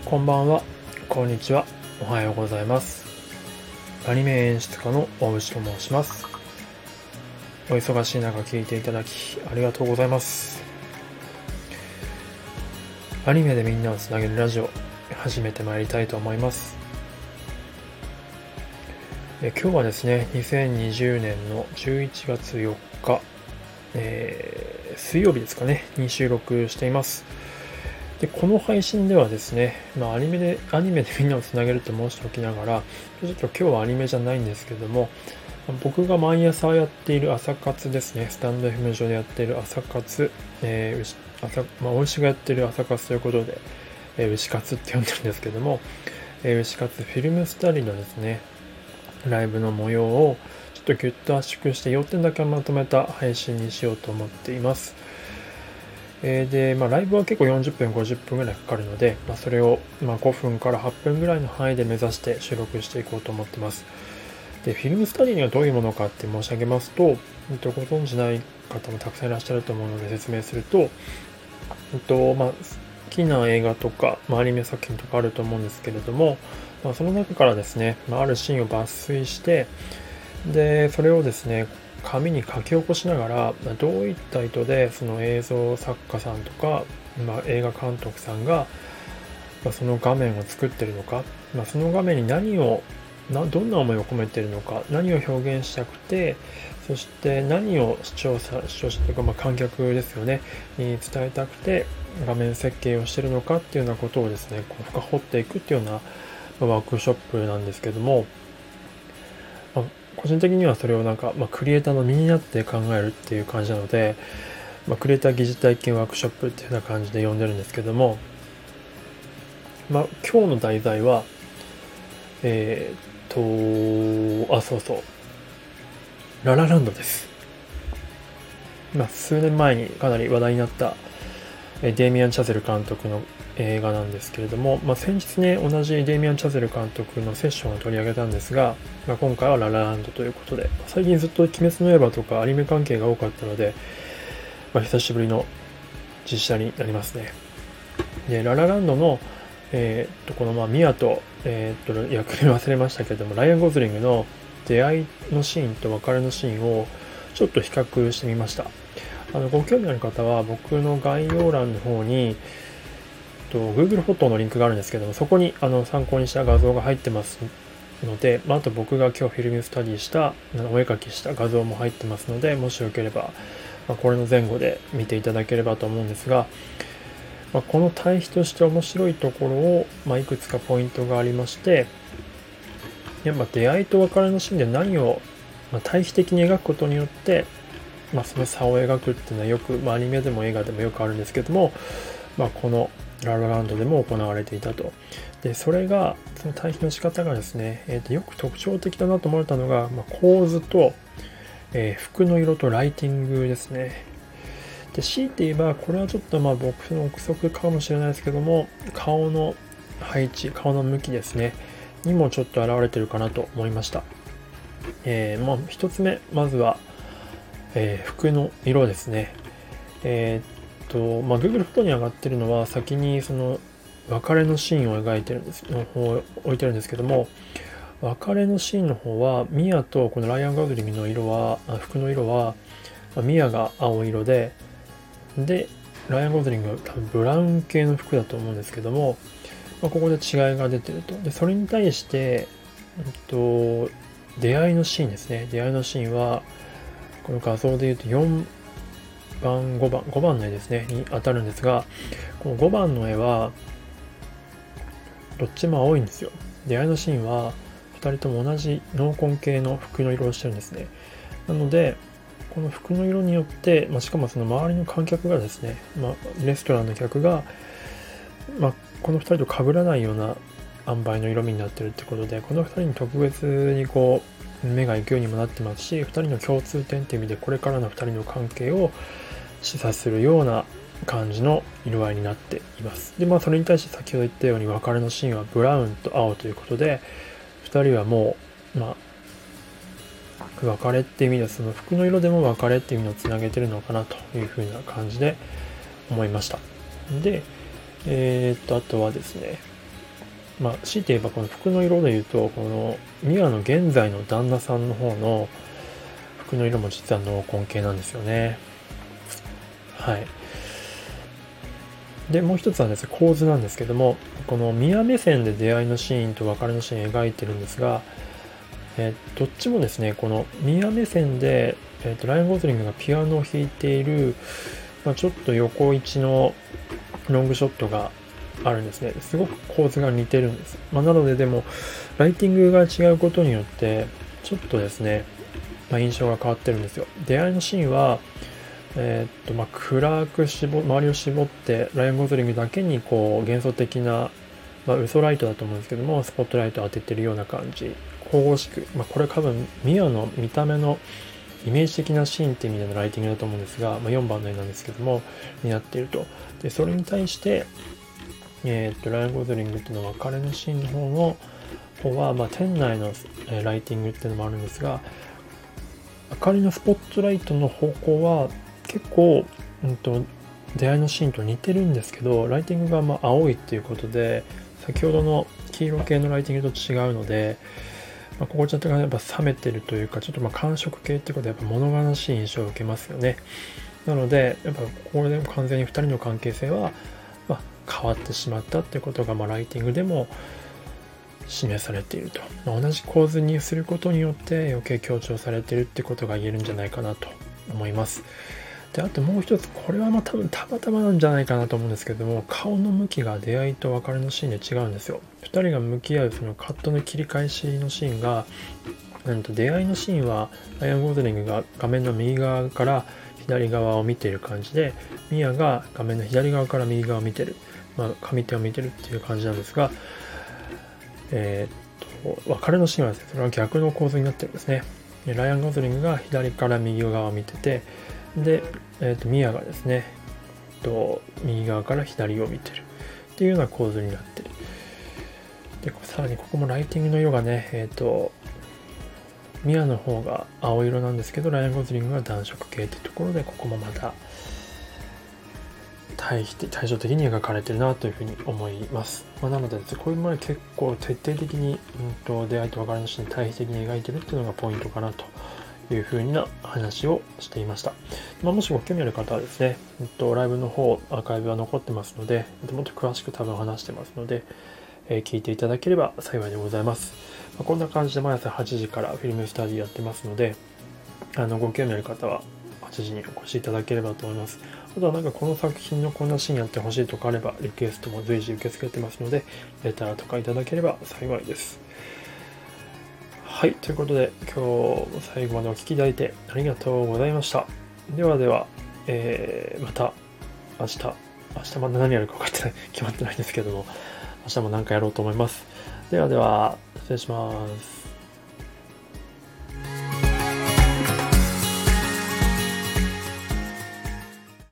こんばんは、こんにちは、おはようございます。アニメ演出家の大内と申します。お忙しい中聞いていただきありがとうございます。アニメでみんなをつなげるラジオ、始めてまいりたいと思います。今日はですね、2020年の11月4日、水曜日ですかね、に収録しています。でこの配信ではですね、アニメでみんなをつなげると申しておきながら、ちょっと今日はアニメじゃないんですけども、僕が毎朝やっている朝活ですね、スタンド FM 上でやっている朝活、お牛がやっている朝活ということで、牛活って呼んでるんですけども、牛活フィルムスタディのですね、ライブの模様をちょっとギュッと圧縮して要点だけまとめた配信にしようと思っています。で、ライブは結構40分、50分ぐらいかかるので、それを5分から8分ぐらいの範囲で目指して収録していこうと思ってます。で、フィルムスタディにはどういうものかって申し上げますと、ご存知ない方もたくさんいらっしゃると思うので説明すると、好きな映画とか、アニメ作品とかあると思うんですけれども、その中からですね、あるシーンを抜粋して、で、それをですね、紙に書き起こしながら、どういった意図でその映像作家さんとか、映画監督さんが、その画面を作っているのか、その画面にどんな思いを込めているのか、何を表現したくて、そして何を視聴者というか、観客ですよね、に伝えたくて画面設計をしているのかっていうようなことをですね、深掘っていくっていうようなワークショップなんですけども、個人的にはそれをクリエイターの身になって考えるっていう感じなので、クリエイター疑似体験ワークショップっていうような感じで呼んでるんですけども、今日の題材はララランドです。数年前にかなり話題になったデイミアン・チャゼル監督の映画なんですけれども、先日ね、同じデイミアン・チャゼル監督のセッションを取り上げたんですが、今回はララランドということで、最近ずっと鬼滅の刃とかアニメ関係が多かったので、久しぶりの実写になりますね。で、ララランドの、このミアと、役名忘れましたけども、ライアン・ゴズリングの出会いのシーンと別れのシーンをちょっと比較してみました。ご興味ある方は僕の概要欄の方にGoogle フォトのリンクがあるんですけども、そこに参考にした画像が入ってますので、あと僕が今日フィルムスタディしたお絵描きした画像も入ってますので、もしよければ、これの前後で見ていただければと思うんですが、この対比として面白いところを、いくつかポイントがありまして、やっぱ出会いと別れのシーンで何を、対比的に描くことによって、その差を描くっていうのはよく、アニメでも映画でもよくあるんですけども、このララランドでも行われていたと。で、それが、その対比の仕方がですね、よく特徴的だなと思われたのが、構図と、服の色とライティングですね。で、強いて言えば、これはちょっと僕の憶測かもしれないですけども、顔の配置、顔の向きですね、にもちょっと現れてるかなと思いました。一つ目、まずは、服の色ですね。Google フォトに上がってるのは先にその別れのシーンを置いてるんですけども、別れのシーンの方はミアとこのライアン・ゴズリングの服の色は、ミアが青色でライアン・ゴズリングは多分ブラウン系の服だと思うんですけども、ここで違いが出てると。で、それに対して出会いのシーンですね。出会いのシーンはこの画像で言うと4番、5番の絵ですね、に当たるんですが、この5番の絵は、どっちも青いんですよ。出会いのシーンは、2人とも同じ濃紺系の服の色をしてるんですね。なので、この服の色によって、しかもその周りの観客がですね、レストランの客が、この2人と被らないような塩梅の色味になってるってことで、この2人に特別に目が行くようにもなってますし、2人の共通点っていう意味でこれからの2人の関係を示唆するような感じの色合いになっています。で、それに対して先ほど言ったように別れのシーンはブラウンと青ということで、2人はもう、別れっていう意味でその服の色でも別れっていう意味をつなげてるのかなというふうな感じで思いました。で、あとはですね、 強いて言えばこの服の色で言うと、このミアの現在の旦那さんの方の服の色も実は濃紺系なんですよね。はい。で、もう一つはですね、構図なんですけども、このミア目線で出会いのシーンと別れのシーンを描いてるんですが、どっちもですね、このミア目線で、ライアン・ゴズリングがピアノを弾いている、ちょっと横位置のロングショットがあるんですね。すごく構図が似てるんです。なのででも、ライティングが違うことによって、ちょっとですね、印象が変わってるんですよ。出会いのシーンは、暗く周りを絞って、ライアン・ゴズリングだけにこう幻想的な、嘘ライトだと思うんですけども、スポットライトを当ててるような感じ。神々しく、これは多分、ミアの見た目のイメージ的なシーンっていう意味でのライティングだと思うんですが、4番の絵なんですけども、になっていると。で、それに対して、ライアン・ゴズリングっていうのは別れのシーンの方は、店内の、ライティングっていうのもあるんですが、明かりのスポットライトの方向は結構、出会いのシーンと似てるんですけど、ライティングが青いっていうことで、先ほどの黄色系のライティングと違うので、ここちょっとやっぱ冷めてるというか、ちょっと感触系っていうことでやっぱ物悲しい印象を受けますよね。なので、やっぱここでも完全に2人の関係性は、変わってしまったっていうことが、ライティングでも示されていると。同じ構図にすることによって余計強調されているってことが言えるんじゃないかなと思います。で、あともう一つ、これは多分たまたまなんじゃないかなと思うんですけども、顔の向きが出会いと別れのシーンで違うんですよ。2人が向き合うそのカットの切り返しのシーンが、出会いのシーンはライアン・ゴズリングが画面の右側から左側を見ている感じで、ミアが画面の左側から右側を見てる、上手を見てるっていう感じなんですが、別れのシーンはですね、それは逆の構図になってるんですね。ライアン・ゴズリングが左から右側を見てて、で、ミアがですね、右側から左を見てるっていうような構図になってる。で、さらにここもライティングの色がね、ミアの方が青色なんですけど、ライアン・ゴズリングが暖色系っていうところで、ここもまた対照的に描かれてるなというふうに思います。なのでですね、こういうもの結構徹底的に、出会いと別れのシーンに対比的に描いてるっていうのがポイントかなというふうな話をしていました。もしご興味ある方はですね、ライブの方、アーカイブは残ってますので、もっと詳しく多分話してますので、聞いていただければ幸いでございます。こんな感じで毎朝8時からフィルムスタディやってますので、ご興味ある方は8時にお越しいただければと思います。あとはこの作品のこんなシーンやってほしいとかあれば、リクエストも随時受け付けてますので、レターとかいただければ幸いです。はい、ということで今日も最後までお聞きいただいてありがとうございました。では、また明日まだ何やるか決まってないんですけども、明日も何かやろうと思います。では、失礼します。